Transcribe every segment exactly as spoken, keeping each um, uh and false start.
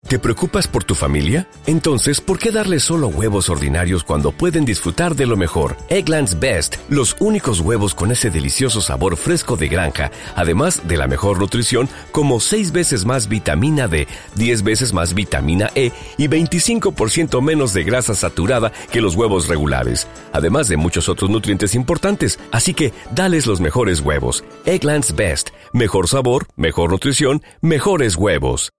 ¿Te preocupas por tu familia? Entonces, ¿por qué darles solo huevos ordinarios cuando pueden disfrutar de lo mejor? Eggland's Best, los únicos huevos con ese delicioso sabor fresco de granja, además de la mejor nutrición, como seis veces más vitamina D, diez veces más vitamina E y veinticinco por ciento menos de grasa saturada que los huevos regulares, además de muchos otros nutrientes importantes. Así que, dales los mejores huevos. Eggland's Best, mejor sabor, mejor nutrición, mejores huevos.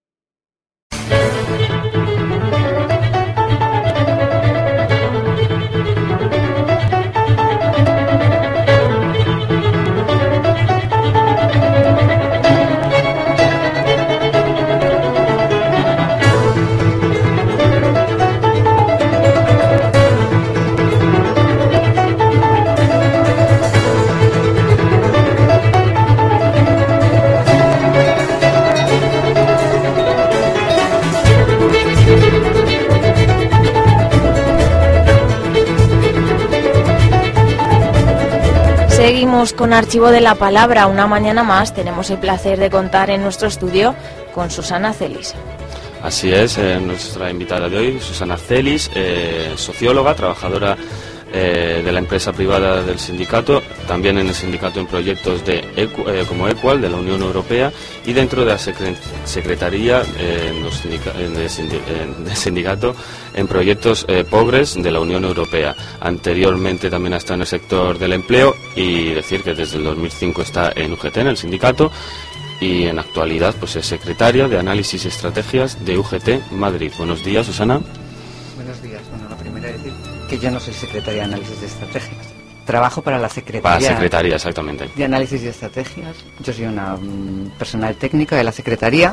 Seguimos con Archivo de la Palabra. Una mañana más tenemos el placer de contar en nuestro estudio con Susana Celis. Así es, eh, nuestra invitada de hoy, Susana Celis, eh, socióloga, trabajadora eh, de la empresa privada del sindicato, también en el sindicato en proyectos de Equ eh, como Equal de la Unión Europea y dentro de la secre Secretaría eh, en los sindica en el sindi en el sindicato en proyectos eh, Progress de la Unión Europea. Anteriormente también ha estado en el sector del empleo y decir que desde el dos mil cinco está en U G T, en el sindicato, y en actualidad pues es secretaria de Análisis y Estrategias de U G T Madrid. Buenos días, Susana. Buenos días. Bueno, la primera es decir que yo no soy secretaria de Análisis de Estrategias. Trabajo para la Secretaría. Para la Secretaría, exactamente. De Análisis y Estrategias. Yo soy una um, personal técnica de la Secretaría.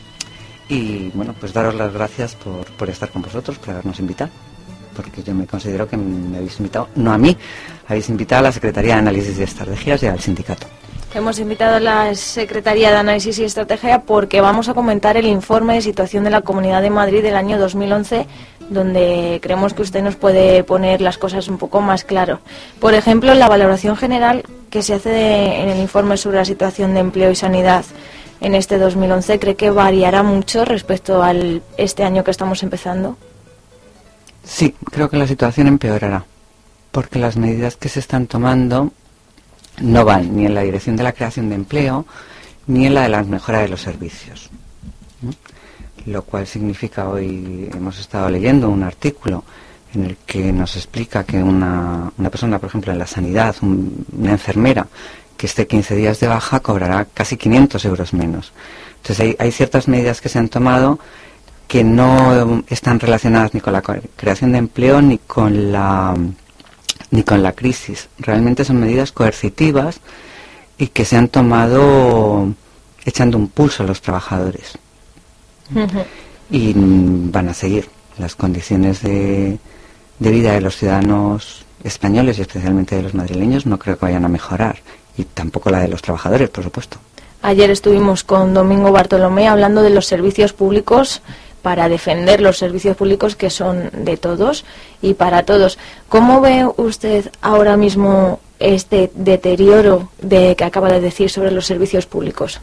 Y bueno, pues daros las gracias por, por estar con vosotros, por habernos invitado. Porque yo me considero que me habéis invitado, no a mí, habéis invitado a la Secretaría de Análisis y Estrategias y al sindicato. Hemos invitado a la Secretaría de Análisis y Estrategia porque vamos a comentar el informe de situación de la Comunidad de Madrid del año dos mil once, donde creemos que usted nos puede poner las cosas un poco más claro. Por ejemplo, la valoración general que se hace de, en el informe sobre la situación de empleo y sanidad en este dos mil once, ¿cree que variará mucho respecto al este año que estamos empezando? Sí, creo que la situación empeorará, porque las medidas que se están tomando no van ni en la dirección de la creación de empleo ni en la de la mejora de los servicios. ¿Mm? Lo cual significa, hoy hemos estado leyendo un artículo en el que nos explica que una, una persona, por ejemplo, en la sanidad, un, una enfermera que esté quince días de baja cobrará casi quinientos euros menos. Entonces hay, hay ciertas medidas que se han tomado que no están relacionadas ni con la creación de empleo ni con la ni con la crisis. Realmente son medidas coercitivas y que se han tomado echando un pulso a los trabajadores. Uh-huh. Y van a seguir. Las condiciones de, de vida de los ciudadanos españoles y especialmente de los madrileños no creo que vayan a mejorar, y tampoco la de los trabajadores, por supuesto. Ayer estuvimos con Domingo Bartolomé hablando de los servicios públicos, para defender los servicios públicos que son de todos y para todos. ¿Cómo ve usted ahora mismo este deterioro de que acaba de decir sobre los servicios públicos?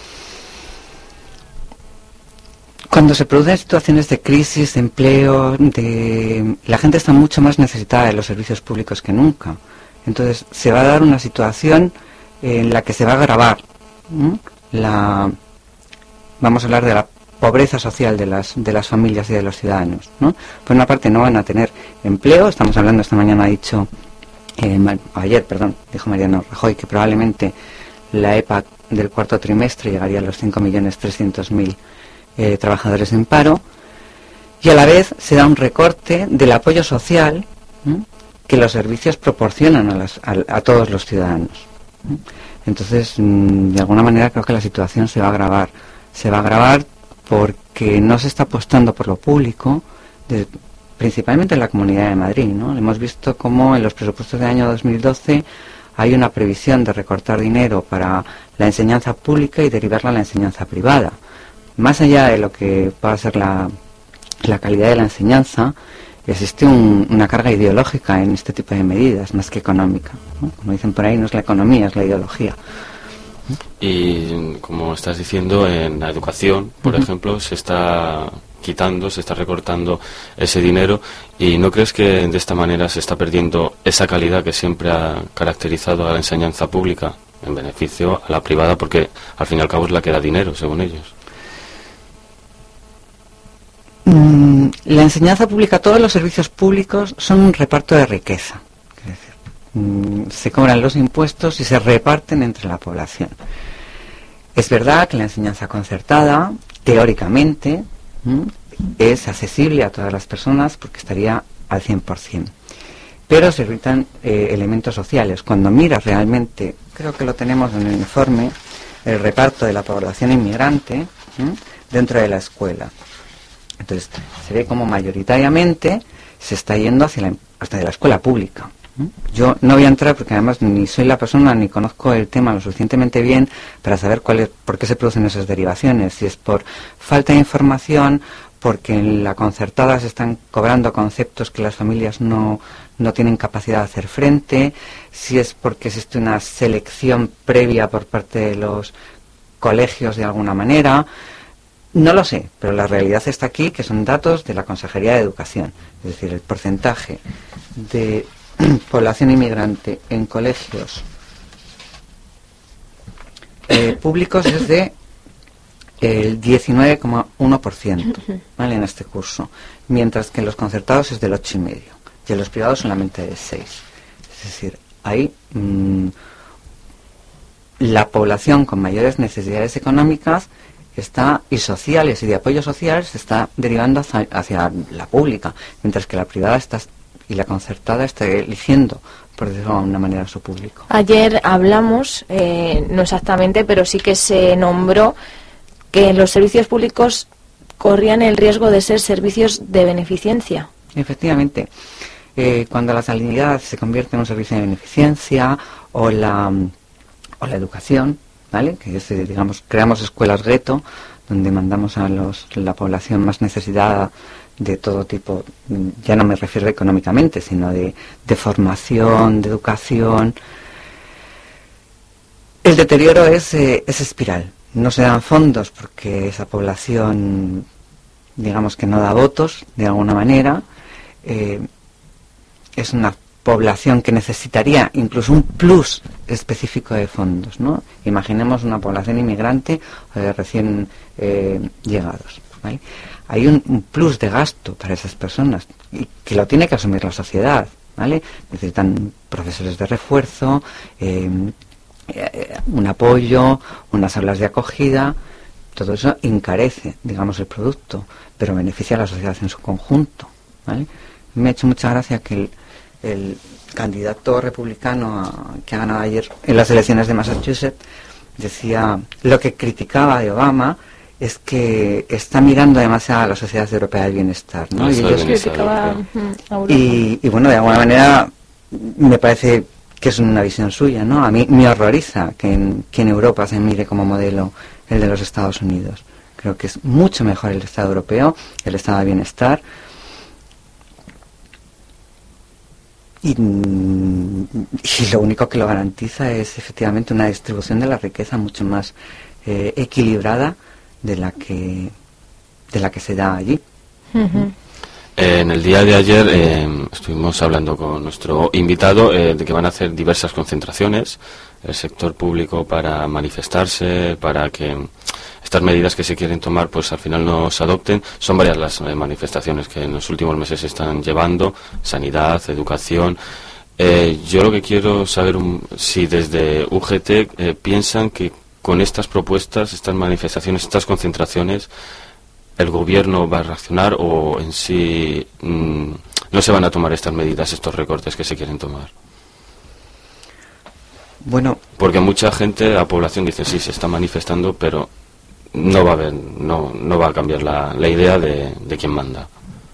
Cuando se producen situaciones de crisis, de empleo, de... la gente está mucho más necesitada de los servicios públicos que nunca. Entonces se va a dar una situación en la que se va a agravar ¿Mm? la... vamos a hablar de la pobreza social de las de las familias y de los ciudadanos, ¿no? Por una parte no van a tener empleo. Estamos hablando, esta mañana ha dicho eh, ayer, perdón, dijo Mariano Rajoy que probablemente la E P A del cuarto trimestre llegaría a los cinco millones trescientos mil eh, trabajadores en paro, y a la vez se da un recorte del apoyo social ¿no? que los servicios proporcionan a, las, a, a todos los ciudadanos, ¿no? Entonces, mmm, de alguna manera creo que la situación se va a agravar. Se va a agravar porque no se está apostando por lo público, de, principalmente en la Comunidad de Madrid, ¿no? Hemos visto cómo en los presupuestos del año dos mil doce hay una previsión de recortar dinero para la enseñanza pública y derivarla a la enseñanza privada. Más allá de lo que pueda ser la, la calidad de la enseñanza, existe un, una carga ideológica en este tipo de medidas, más que económica, ¿no? Como dicen por ahí, no es la economía, es la ideología. Y como estás diciendo, en la educación, por uh-huh. ejemplo, se está quitando, se está recortando ese dinero, y ¿no crees que de esta manera se está perdiendo esa calidad que siempre ha caracterizado a la enseñanza pública en beneficio a la privada, porque al fin y al cabo es la que da dinero, según ellos? Mm, la enseñanza pública, todos los servicios públicos son un reparto de riqueza. Es decir, mm, se cobran los impuestos y se reparten entre la población. Es verdad que la enseñanza concertada, teóricamente, ¿Mm? es accesible a todas las personas porque estaría al cien por ciento, pero se evitan eh, elementos sociales. Cuando miras realmente, creo que lo tenemos en el informe, el reparto de la población inmigrante ¿eh? dentro de la escuela, entonces se ve como mayoritariamente se está yendo hacia la, hasta de la escuela pública. ¿eh? Yo no voy a entrar porque además ni soy la persona ni conozco el tema lo suficientemente bien para saber cuál es, por qué se producen esas derivaciones, si es por falta de información, porque en la concertada se están cobrando conceptos que las familias no, no tienen capacidad de hacer frente, si es porque existe una selección previa por parte de los colegios de alguna manera. No lo sé, pero la realidad está aquí, que son datos de la Consejería de Educación. Es decir, el porcentaje de población inmigrante en colegios eh, públicos es de el diecinueve coma uno por ciento, ¿vale? En este curso, mientras que en los concertados es del ocho coma cinco por ciento y en los privados solamente del seis por ciento. Es decir, ahí mmm, la población con mayores necesidades económicas está y sociales y de apoyo social se está derivando hacia, hacia la pública, mientras que la privada está y la concertada está eligiendo, por decirlo de alguna manera, su público. Ayer hablamos, eh, no exactamente, pero sí que se nombró que los servicios públicos corrían el riesgo de ser servicios de beneficencia. Efectivamente. Eh, cuando la sanidad se convierte en un servicio de beneficencia o la, o la educación, ¿vale? Que es, digamos, creamos escuelas gueto, donde mandamos a los, la población más necesitada de todo tipo, ya no me refiero económicamente, sino de, de formación, de educación. El deterioro es, eh, es espiral. No se dan fondos porque esa población, digamos que no da votos, de alguna manera. Eh, es una población que necesitaría incluso un plus específico de fondos, ¿no? Imaginemos una población inmigrante o de recién eh, llegados, ¿vale? Hay un, un plus de gasto para esas personas y que lo tiene que asumir la sociedad, ¿vale? Necesitan profesores de refuerzo, eh, eh, un apoyo, unas aulas de acogida. Todo eso encarece, digamos, el producto, pero beneficia a la sociedad en su conjunto, ¿vale? Me ha hecho mucha gracia que el, el candidato republicano a, que ha ganado ayer en las elecciones de Massachusetts decía, lo que criticaba de Obama es que está mirando demasiado a la Sociedad Europea del Bienestar, ¿no? Y, ellos, criticaba y, y bueno, de alguna manera me parece que es una visión suya, ¿no? A mí me horroriza que en, que en Europa se mire como modelo el de los Estados Unidos. Creo que es mucho mejor el Estado europeo, el Estado de Bienestar. Y, y lo único que lo garantiza es efectivamente una distribución de la riqueza mucho más eh, equilibrada de la que de la que se da allí. Uh-huh. Eh, en el día de ayer eh, estuvimos hablando con nuestro invitado eh, de que van a hacer diversas concentraciones el sector público para manifestarse, para que estas medidas que se quieren tomar pues al final no se adopten. Son varias las eh, manifestaciones que en los últimos meses se están llevando, sanidad, educación. Eh, yo lo que quiero saber um, si desde U G T eh, piensan que con estas propuestas, estas manifestaciones, estas concentraciones, el gobierno va a reaccionar o en sí mmm, no se van a tomar estas medidas, estos recortes que se quieren tomar. Bueno, porque mucha gente, la población dice sí, se está manifestando, pero no va a haber, no, no va a cambiar la, la idea de, de quién manda.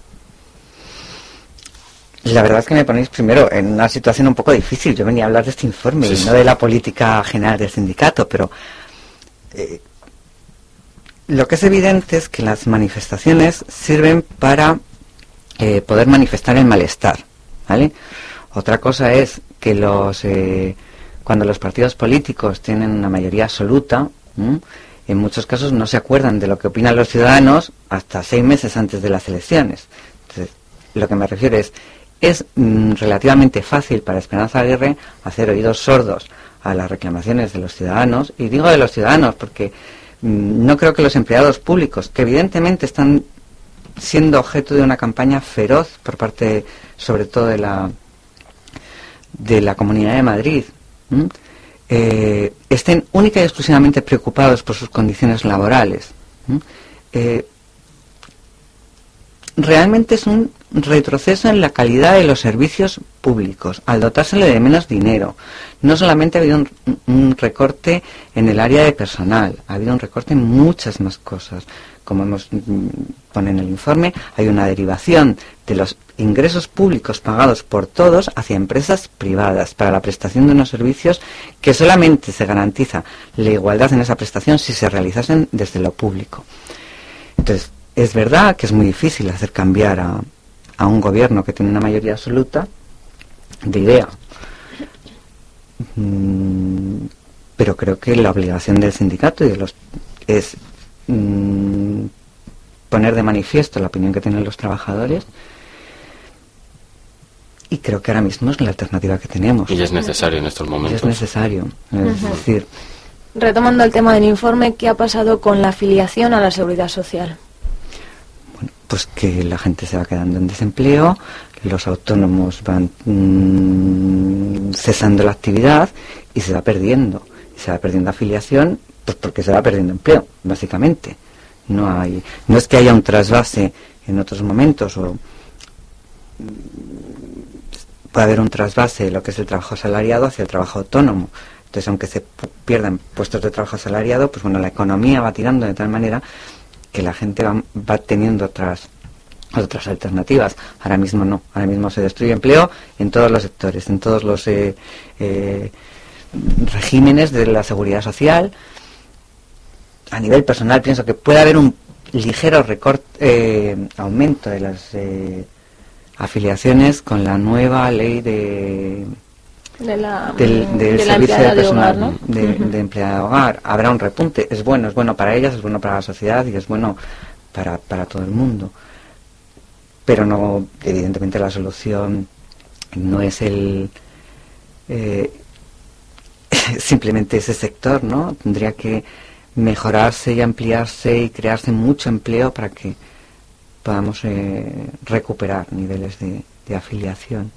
La verdad es que me ponéis primero en una situación un poco difícil. Yo venía a hablar de este informe sí, y no sí. de la política general del sindicato, pero eh, lo que es evidente es que las manifestaciones sirven para eh, poder manifestar el malestar, ¿vale? Otra cosa es que los eh, cuando los partidos políticos tienen una mayoría absoluta, ¿m? en muchos casos no se acuerdan de lo que opinan los ciudadanos hasta seis meses antes de las elecciones. Entonces, lo que me refiero es, es mm, relativamente fácil para Esperanza Aguirre hacer oídos sordos a las reclamaciones de los ciudadanos, y digo de los ciudadanos porque mm, no creo que los empleados públicos, que evidentemente están siendo objeto de una campaña feroz por parte, sobre todo de la de la Comunidad de Madrid, ¿m? Eh, estén única y exclusivamente preocupados por sus condiciones laborales. Eh, realmente es un retroceso en la calidad de los servicios públicos al dotársele de menos dinero. No solamente ha habido un, un recorte en el área de personal, ha habido un recorte en muchas más cosas. Como hemos pone en el informe, hay una derivación de los ingresos públicos pagados por todos hacia empresas privadas para la prestación de unos servicios que solamente se garantiza la igualdad en esa prestación si se realizasen desde lo público. Entonces, es verdad que es muy difícil hacer cambiar a, a un gobierno que tiene una mayoría absoluta de idea. Mm, pero creo que la obligación del sindicato y de los es mm, poner de manifiesto la opinión que tienen los trabajadores, y creo que ahora mismo es la alternativa que tenemos. Y es necesario en estos momentos. Es necesario, es uh-huh. decir... Retomando el tema del informe, ¿qué ha pasado con la afiliación a la Seguridad Social? Bueno, pues que la gente se va quedando en desempleo, los autónomos van mmm, cesando la actividad y se va perdiendo. Y se va perdiendo afiliación, pues porque se va perdiendo empleo, básicamente. No hay, no es que haya un trasvase en otros momentos, o puede haber un trasvase de lo que es el trabajo asalariado hacia el trabajo autónomo. Entonces, aunque se pierdan puestos de trabajo asalariado, pues bueno, la economía va tirando de tal manera que la gente va, va teniendo otras otras alternativas. Ahora mismo no, ahora mismo se destruye empleo en todos los sectores, en todos los eh, eh, regímenes de la seguridad social. A nivel personal pienso que puede haber un ligero recorte, eh, aumento de las eh, afiliaciones con la nueva ley de de la, del, del de la servicio de personal de, hogar, ¿no? de, uh-huh. de empleada de hogar. Habrá un repunte, es bueno, es bueno para ellas, es bueno para la sociedad y es bueno para, para todo el mundo. Pero no, evidentemente la solución no es el eh, simplemente ese sector, ¿no? Tendría que mejorarse y ampliarse y crearse mucho empleo para que podamos eh, recuperar niveles de, de afiliación.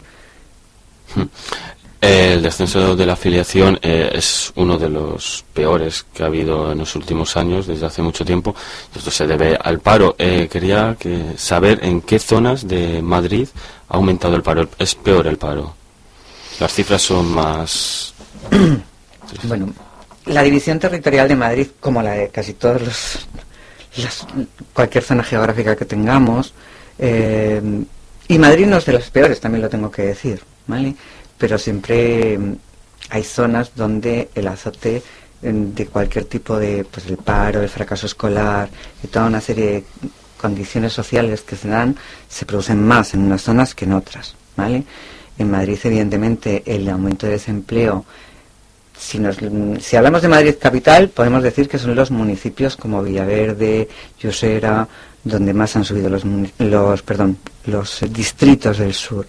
El descenso de la afiliación eh, es uno de los peores que ha habido en los últimos años, desde hace mucho tiempo. Esto se debe al paro. Eh, quería que saber en qué zonas de Madrid ha aumentado el paro. ¿Es peor el paro? Las cifras son más... Bueno, la división territorial de Madrid, como la de casi todos los... Las, cualquier zona geográfica que tengamos, eh, y Madrid no es de las peores, también lo tengo que decir, ¿vale? Pero siempre hay zonas donde el azote de cualquier tipo de, pues el paro, el fracaso escolar y toda una serie de condiciones sociales que se dan, se producen más en unas zonas que en otras, ¿vale? En Madrid, evidentemente, el aumento de desempleo, si nos si hablamos de Madrid capital, podemos decir que son los municipios como Villaverde, Llosera, donde más han subido los los perdón, los distritos del sur.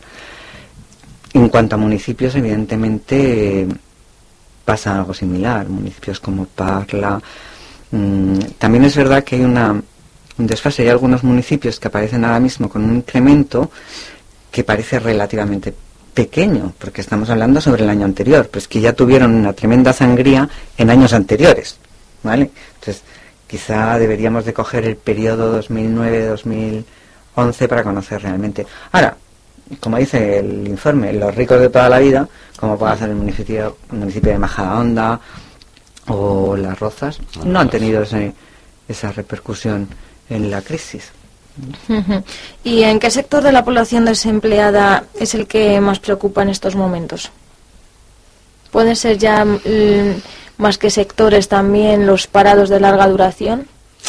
En cuanto a municipios, evidentemente eh, pasa algo similar. Municipios como Parla. Mmm, también es verdad que hay una, un desfase. Hay algunos municipios que aparecen ahora mismo con un incremento que parece relativamente pequeño, porque estamos hablando sobre el año anterior, pues que ya tuvieron una tremenda sangría en años anteriores, ¿vale? Entonces, quizá deberíamos de coger el periodo dos mil nueve dos mil once para conocer realmente. Ahora, como dice el informe, los ricos de toda la vida, como puede ser el municipio, el municipio de Majadahonda o Las Rozas, no han tenido ese, esa repercusión en la crisis. Uh-huh. ¿Y en qué sector de la población desempleada es el que más preocupa en estos momentos? ¿Pueden ser ya mm, más que sectores también los parados de larga duración,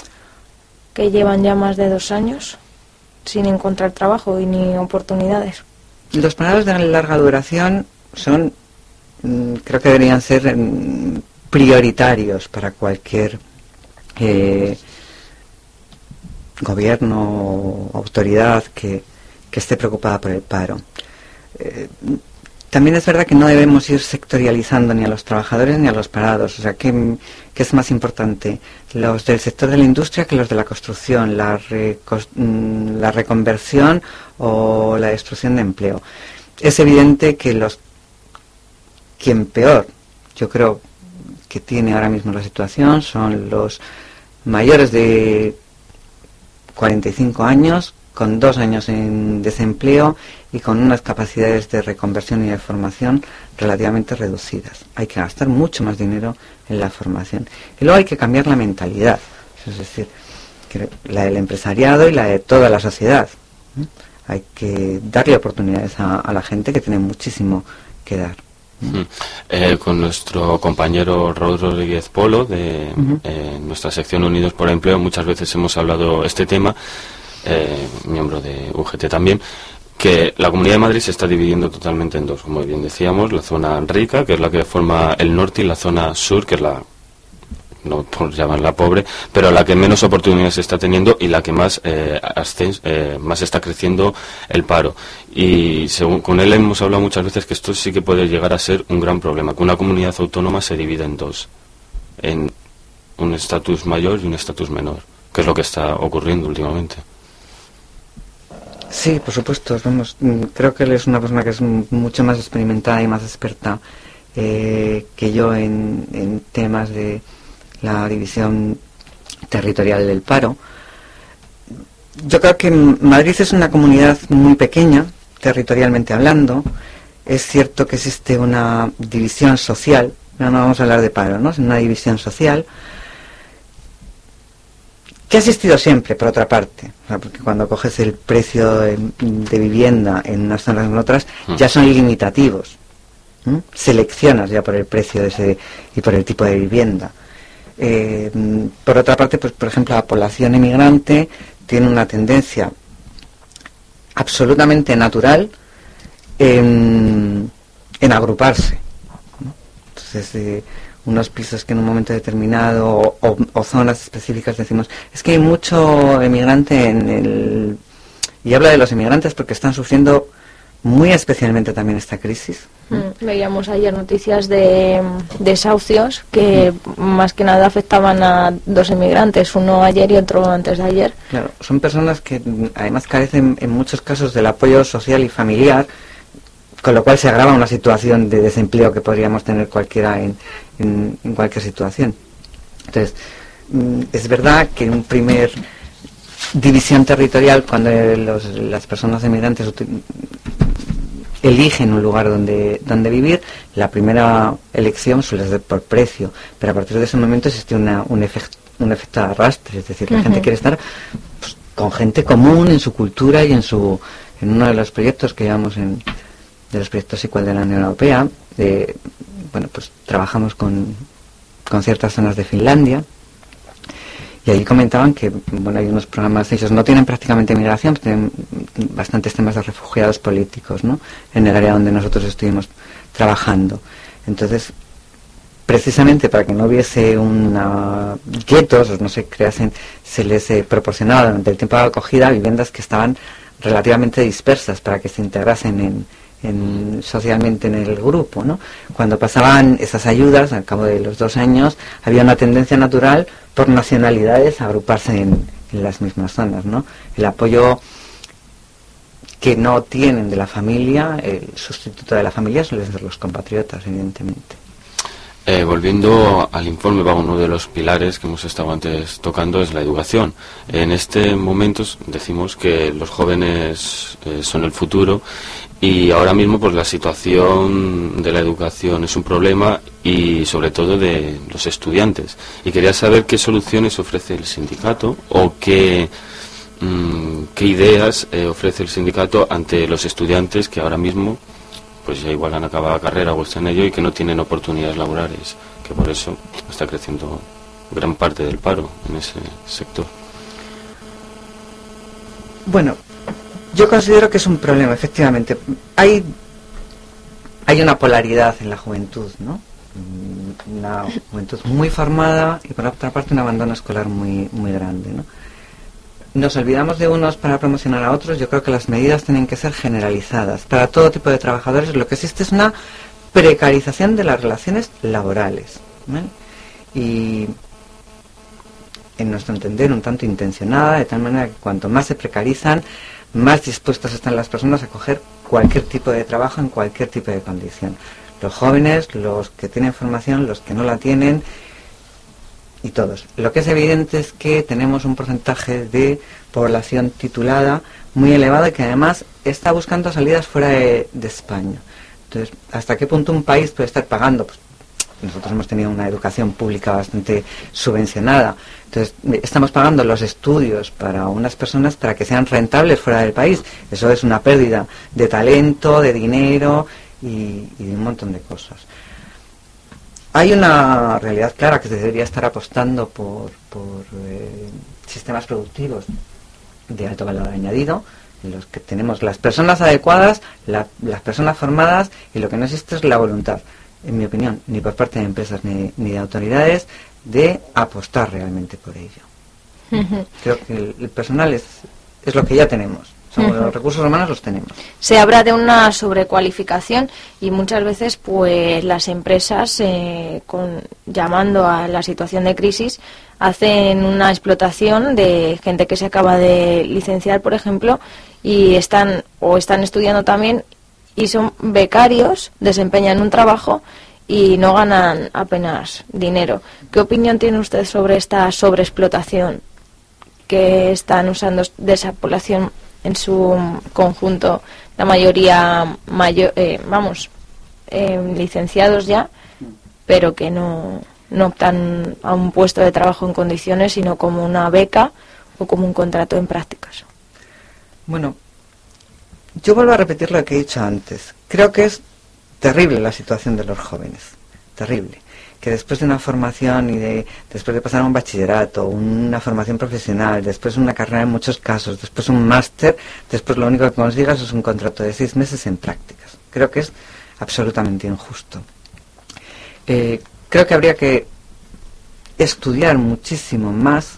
que llevan ya más de dos años sin encontrar trabajo y ni oportunidades? Los parados de larga duración son mm, creo que deberían ser mm, prioritarios para cualquier eh, gobierno o autoridad que, que esté preocupada por el paro. Eh, también es verdad que no debemos ir sectorializando ni a los trabajadores ni a los parados. O sea, ¿qué, qué es más importante? ¿Los del sector de la industria que los de la construcción? ¿La, recos, la reconversión o la destrucción de empleo? Es evidente que los quien peor, yo creo, que tiene ahora mismo la situación son los mayores de cuarenta y cinco años, con dos años en desempleo y con unas capacidades de reconversión y de formación relativamente reducidas. Hay que gastar mucho más dinero en la formación. Y luego hay que cambiar la mentalidad, es decir, que la del empresariado y la de toda la sociedad. ¿eh? Hay que darle oportunidades a, a la gente que tiene muchísimo que dar. Uh-huh. Eh, con nuestro compañero Raúl Rodríguez Polo de uh-huh. eh, nuestra sección Unidos por el Empleo muchas veces hemos hablado este tema, eh, miembro de U G T también, que la Comunidad de Madrid se está dividiendo totalmente en dos, como bien decíamos, la zona rica, que es la que forma el norte, y la zona sur, que es la, no por llamarla pobre, pero la que menos oportunidades está teniendo y la que más eh, ascens, eh, más está creciendo el paro. Y según con él hemos hablado muchas veces que esto sí que puede llegar a ser un gran problema, que una comunidad autónoma se divide en dos, en un estatus mayor y un estatus menor, que es lo que está ocurriendo últimamente. Sí, por supuesto. Vamos, creo que él es una persona que es mucho más experimentada y más experta eh, que yo en, en temas de la división territorial del paro. Yo creo que Madrid es una comunidad muy pequeña, territorialmente hablando. Es cierto que existe una división social, no, no vamos a hablar de paro, ¿no? Es una división social que ha existido siempre, por otra parte, o sea, porque cuando coges el precio de, de vivienda en unas zonas o en otras, ya son limitativos. ¿Mm? Seleccionas ya por el precio de ese y por el tipo de vivienda. Eh, por otra parte, pues por ejemplo, la población emigrante tiene una tendencia absolutamente natural en, en agruparse, ¿no? Entonces, eh, unos pisos que en un momento determinado o, o, o zonas específicas decimos, es que hay mucho emigrante en el... Y habla de los emigrantes porque están sufriendo muy especialmente también esta crisis. Mm, veíamos ayer noticias de desahucios que mm. más que nada afectaban a dos emigrantes, uno ayer y otro antes de ayer. Claro, son personas que además carecen en muchos casos del apoyo social y familiar, con lo cual se agrava una situación de desempleo que podríamos tener cualquiera en, en, en cualquier situación. Entonces, es verdad que en un primer división territorial, cuando los, las personas emigrantes eligen un lugar donde, donde vivir, la primera elección suele ser por precio, pero a partir de ese momento existe una, un, efect, un efecto de arrastre, es decir, la uh-huh. gente quiere estar pues, con gente común en su cultura y en su en uno de los proyectos que llevamos en de los proyectos igual de la Unión Europea, de, bueno, pues trabajamos con, con ciertas zonas de Finlandia, y ahí comentaban que, bueno, hay unos programas, ellos no tienen prácticamente migración, tienen bastantes temas de refugiados políticos, ¿no?, en el área donde nosotros estuvimos trabajando. Entonces, precisamente para que no hubiese una guetos, no se creasen, se les eh, proporcionaba durante el tiempo de acogida viviendas que estaban relativamente dispersas para que se integrasen en En, socialmente en el grupo, ¿no? Cuando pasaban esas ayudas, al cabo de los dos años, había una tendencia natural por nacionalidades a agruparse en, en las mismas zonas, ¿no? El apoyo que no tienen de la familia, el sustituto de la familia suele ser los compatriotas, evidentemente. Eh, volviendo al informe, va, uno de los pilares que hemos estado antes tocando es la educación. En este momento decimos que los jóvenes eh, son el futuro y ahora mismo pues la situación de la educación es un problema y sobre todo de los estudiantes. Y quería saber qué soluciones ofrece el sindicato o qué, mmm, qué ideas eh, ofrece el sindicato ante los estudiantes que ahora mismo pues ya igual han acabado la carrera o están en ello y que no tienen oportunidades laborales, que por eso está creciendo gran parte del paro en ese sector. Bueno, yo considero que es un problema, efectivamente. Hay hay una polaridad en la juventud, ¿no? Una juventud muy formada y por otra parte un abandono escolar muy, muy grande, ¿no? Nos olvidamos de unos para promocionar a otros. Yo creo que las medidas tienen que ser generalizadas para todo tipo de trabajadores. Lo que existe es una precarización de las relaciones laborales, ¿vale? Y en nuestro entender un tanto intencionada, de tal manera que cuanto más se precarizan, más dispuestas están las personas a coger cualquier tipo de trabajo en cualquier tipo de condición. Los jóvenes, los que tienen formación, los que no la tienen, y todos. Lo que es evidente es que tenemos un porcentaje de población titulada muy elevado y que además está buscando salidas fuera de, de España. Entonces, ¿hasta qué punto un país puede estar pagando? Pues nosotros hemos tenido una educación pública bastante subvencionada. Entonces, estamos pagando los estudios para unas personas para que sean rentables fuera del país. Eso es una pérdida de talento, de dinero y, y de un montón de cosas. Hay una realidad clara que se debería estar apostando por, por eh, sistemas productivos de alto valor añadido, en los que tenemos las personas adecuadas, la, las personas formadas, y lo que no existe es la voluntad, en mi opinión, ni por parte de empresas ni, ni de autoridades, de apostar realmente por ello. Uh-huh. Creo que el, el personal es, es lo que ya tenemos. Son, uh-huh. Los recursos humanos los tenemos. Se habla de una sobrecualificación y muchas veces pues las empresas, eh, con, llamando a la situación de crisis, hacen una explotación de gente que se acaba de licenciar, por ejemplo, y están o están estudiando también y son becarios, desempeñan un trabajo y no ganan apenas dinero. ¿Qué opinión tiene usted sobre esta sobreexplotación que están usando de esa población en su conjunto, la mayoría mayor, eh, vamos, eh, licenciados ya, pero que no, no optan a un puesto de trabajo en condiciones, sino como una beca o como un contrato en prácticas? Bueno, yo vuelvo a repetir lo que he dicho antes. Creo que es terrible la situación de los jóvenes, terrible. Que después de una formación y de después de pasar un bachillerato, una formación profesional, después una carrera en muchos casos, después un máster, después lo único que consigas es un contrato de seis meses en prácticas. Creo que es absolutamente injusto. Eh, creo que habría que estudiar muchísimo más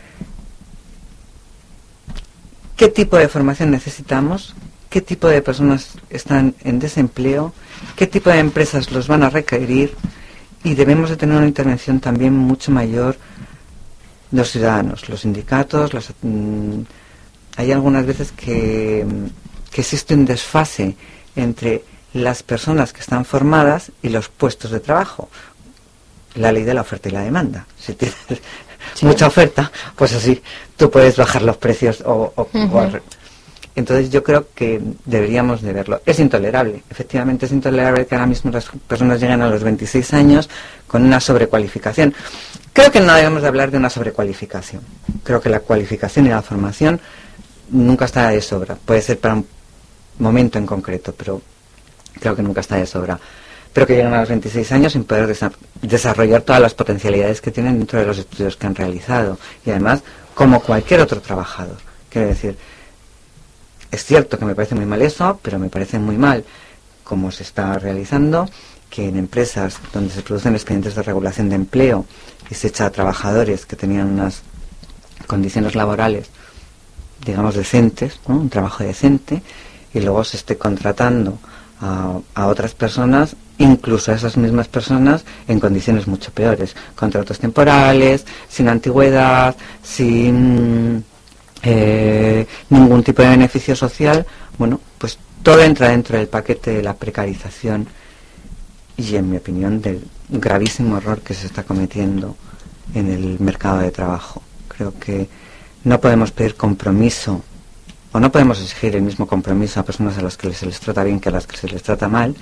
qué tipo de formación necesitamos, qué tipo de personas están en desempleo, qué tipo de empresas los van a requerir. Y debemos de tener una intervención también mucho mayor los ciudadanos, los sindicatos. Los, mmm, hay algunas veces que, que existe un desfase entre las personas que están formadas y los puestos de trabajo. La ley de la oferta y la demanda. Si tienes sí. mucha oferta, pues así tú puedes bajar los precios o, o, uh-huh. o al, entonces yo creo que deberíamos de verlo. Es intolerable, efectivamente es intolerable que ahora mismo las personas lleguen a los veintiséis años con una sobrecualificación. Creo que no debemos de hablar de una sobrecualificación. Creo que la cualificación y la formación nunca está de sobra. Puede ser para un momento en concreto, pero creo que nunca está de sobra. Pero que lleguen a los veintiséis años sin poder desa- desarrollar todas las potencialidades que tienen dentro de los estudios que han realizado. Y además, como cualquier otro trabajador. Quiero decir, es cierto que me parece muy mal eso, pero me parece muy mal como se está realizando, que en empresas donde se producen expedientes de regulación de empleo y se echa a trabajadores que tenían unas condiciones laborales, digamos, decentes, ¿no? Un trabajo decente, y luego se esté contratando a, a otras personas, incluso a esas mismas personas, en condiciones mucho peores. Contratos temporales, sin antigüedad, sin Eh, ningún tipo de beneficio social. Bueno, pues todo entra dentro del paquete de la precarización y, en mi opinión, del gravísimo error que se está cometiendo en el mercado de trabajo. Creo que no podemos pedir compromiso o no podemos exigir el mismo compromiso a personas a las que se les trata bien que a las que se les trata mal.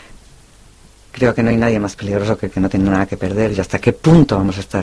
Creo que no hay nadie más peligroso que el que no tiene nada que perder. ¿Y hasta qué punto vamos a estar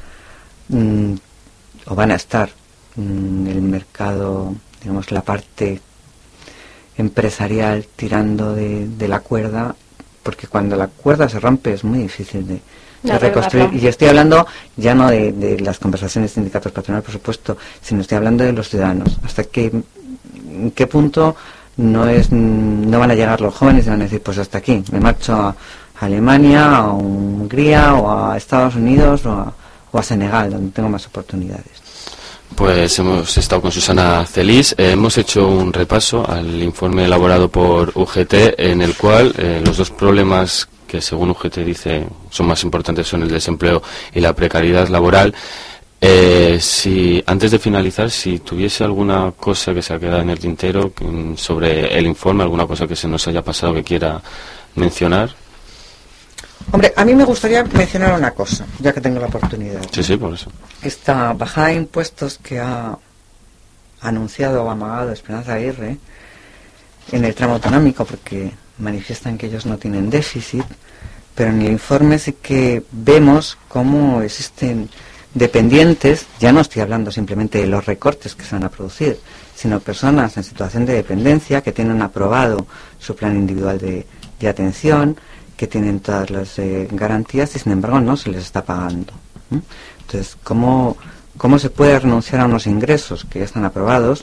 mm, o van a estar el mercado, digamos, la parte empresarial tirando de, de la cuerda? Porque cuando la cuerda se rompe es muy difícil de, de reconstruir. Y estoy hablando ya no de, de las conversaciones sindicatos patronal, por supuesto, sino estoy hablando de los ciudadanos. ¿Hasta qué, en qué punto no es no van a llegar los jóvenes y van a decir, pues hasta aquí, me marcho a Alemania, a Hungría o a Estados Unidos o a, o a Senegal, donde tengo más oportunidades. Pues hemos estado con Susana Celis, eh, hemos hecho un repaso al informe elaborado por U G T, en el cual eh, los dos problemas que según U G T dice son más importantes son el desempleo y la precariedad laboral. Eh, si antes de finalizar, si tuviese alguna cosa que se ha quedado en el tintero sobre el informe, alguna cosa que se nos haya pasado que quiera mencionar. Hombre, a mí me gustaría mencionar una cosa, ya que tengo la oportunidad. Sí, sí, por eso. Esta bajada de impuestos que ha anunciado o amagado Esperanza Aguirre en el tramo autonómico, porque manifiestan que ellos no tienen déficit, pero en el informe sí que vemos cómo existen dependientes, ya no estoy hablando simplemente de los recortes que se van a producir, sino personas en situación de dependencia que tienen aprobado su plan individual de, de atención, que tienen todas las eh, garantías y sin embargo no se les está pagando. ¿Mm? Entonces, ¿cómo, ¿cómo se puede renunciar a unos ingresos que ya están aprobados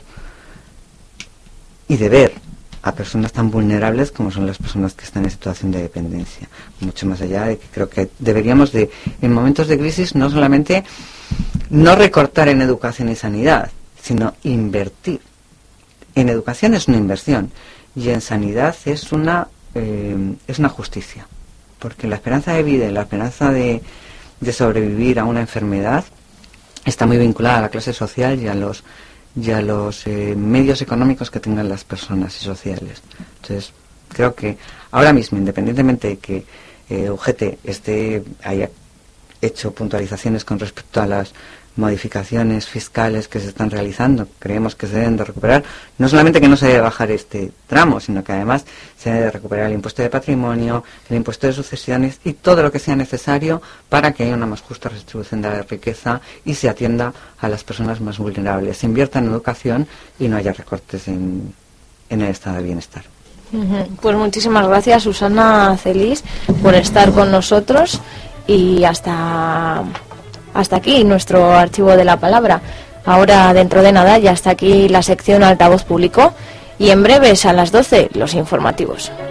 y deber a personas tan vulnerables como son las personas que están en situación de dependencia? Mucho más allá de que creo que deberíamos de, en momentos de crisis, no solamente no recortar en educación y sanidad, sino invertir. En educación es una inversión y en sanidad es una eh, es una justicia, porque la esperanza de vida y la esperanza de, de sobrevivir a una enfermedad está muy vinculada a la clase social y a los y a los eh, medios económicos que tengan las personas y sociales. Entonces, creo que ahora mismo, independientemente de que eh, U G T esté, haya hecho puntualizaciones con respecto a las modificaciones fiscales que se están realizando, creemos que se deben de recuperar, no solamente que no se debe bajar este tramo, sino que además se debe de recuperar el impuesto de patrimonio, el impuesto de sucesiones y todo lo que sea necesario para que haya una más justa redistribución de la riqueza y se atienda a las personas más vulnerables, se invierta en educación y no haya recortes en, en el estado de bienestar. Pues muchísimas gracias, Susana Celis, por estar con nosotros y hasta... Hasta aquí nuestro archivo de la palabra. Ahora, dentro de nada, ya está aquí la sección Altavoz Público y en breves, a las doce, los informativos.